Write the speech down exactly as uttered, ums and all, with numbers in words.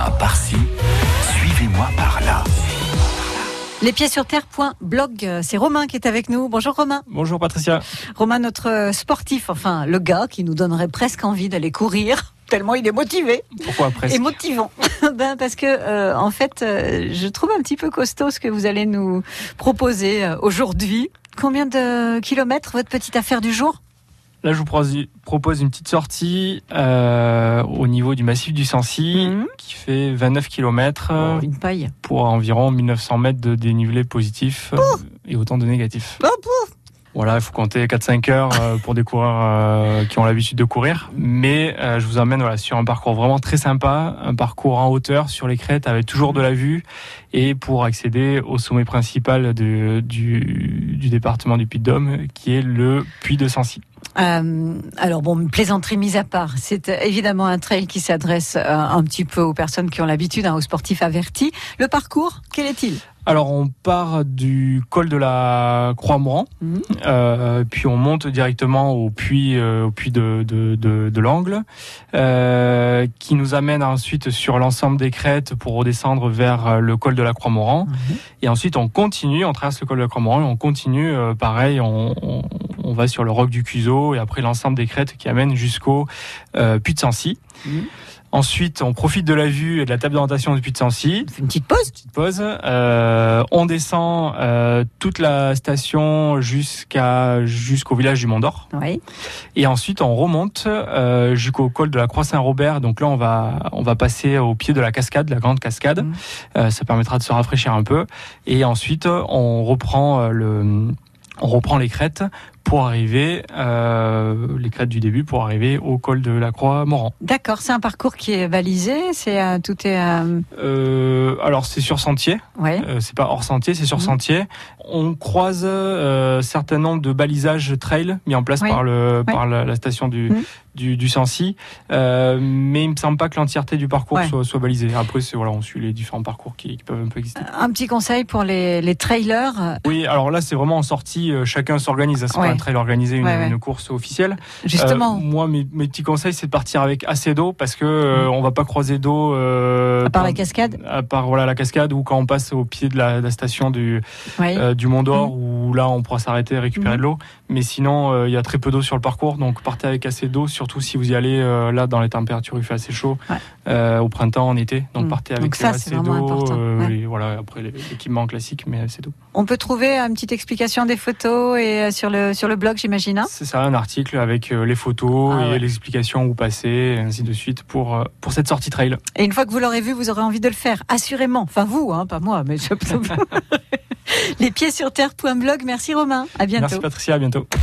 Suivez-moi par-ci, suivez-moi par-là. Les pieds sur terre.blog, c'est Romain qui est avec nous. Bonjour Romain. Bonjour Patricia. Romain, notre sportif, enfin le gars qui nous donnerait presque envie d'aller courir, tellement il est motivé. Pourquoi presque ? Et motivant. ben parce que euh, en fait, euh, je trouve un petit peu costaud ce que vous allez nous proposer euh, aujourd'hui. Combien de kilomètres votre petite affaire du jour ? Là, je vous propose une petite sortie euh, au niveau du massif du Sancy, mmh. qui fait vingt-neuf kilomètres oh, une paille. Pour environ mille neuf cents mètres de dénivelé positif euh, et autant de négatif. Oh, pouf. Voilà, il faut compter quatre à cinq heures euh, pour des coureurs euh, qui ont l'habitude de courir. Mais euh, je vous emmène voilà, sur un parcours vraiment très sympa, un parcours en hauteur sur les crêtes avec toujours de la vue et pour accéder au sommet principal de, du, du département du Puy-de-Dôme qui est le Puy de Sancy. Euh, alors bon, plaisanterie mise à part, c'est évidemment un trail qui s'adresse euh, un petit peu aux personnes qui ont l'habitude, hein, aux sportifs avertis. Le parcours, quel est-il ? Alors on part du col de la Croix-Moran, mmh. euh, puis on monte directement au puits, euh, au puits de, de, de, de l'Angle, euh, qui nous amène ensuite sur l'ensemble des crêtes pour redescendre vers le col de la Croix-Moran. Mmh. Et ensuite on continue, on traverse le col de la Croix-Moran et on continue, euh, pareil, on, on, on va sur le roc du Cuseau et après l'ensemble des crêtes qui amènent jusqu'au euh, puits de Sancy. Mmh. Ensuite, on profite de la vue et de la table d'orientation du Puy de Sancy. Une petite pause. Une petite pause. Euh, on descend euh, toute la station jusqu'à jusqu'au village du Mont d'Or. Oui. Et ensuite, on remonte euh, jusqu'au col de la Croix-Saint-Robert. Donc là, on va on va passer au pied de la cascade, la grande cascade. Mmh. Euh, ça permettra de se rafraîchir un peu. Et ensuite, on reprend le on reprend les crêtes pour arriver, euh, les crêtes du début, pour arriver au col de la Croix-Moran. D'accord, c'est un parcours qui est balisé, c'est euh, tout est. Euh... Euh, alors c'est sur sentier, ouais. euh, c'est pas hors sentier, c'est sur mmh. sentier. On croise euh, certain nombre de balisages trail mis en place oui. par le ouais. par la, la station du. Mmh. Du, du Sancy, euh, mais il me semble pas que l'entièreté du parcours ouais. soit, soit balisée. Après, c'est, voilà, on suit les différents parcours qui, qui peuvent un peu exister. Un petit conseil pour les, les trailers. Oui, alors là, c'est vraiment en sortie, euh, chacun s'organise. C'est ouais. pas un trail organisé, une, ouais, ouais. une course officielle. Justement. Euh, moi, mes, mes petits conseils, c'est de partir avec assez d'eau parce que euh, mmh. on va pas croiser d'eau. Euh, à part quand, la cascade. À part voilà la cascade ou quand on passe au pied de la, de la station du ouais. euh, du Mont d'Or mmh. où là on pourra s'arrêter et récupérer mmh. de l'eau. Mais sinon, il euh, y a très peu d'eau sur le parcours, donc partez avec assez d'eau, surtout si vous y allez. Euh, là, dans les températures, il fait assez chaud ouais. euh, au printemps, en été. Donc, mmh. partez avec donc ça, assez d'eau. Euh, ouais. Et voilà, après, l'équipement classique, mais assez d'eau. On peut trouver une petite explication des photos et euh, sur le sur le blog, j'imagine. Hein c'est ça, un article avec euh, les photos ah, et ouais. l'explication où passer, et ainsi de suite pour euh, pour cette sortie trail. Et une fois que vous l'aurez vu, vous aurez envie de le faire, assurément. Enfin vous, hein, pas moi, mais je... Les pieds sur terre.blog. Merci Romain. À bientôt. Merci Patricia, à bientôt.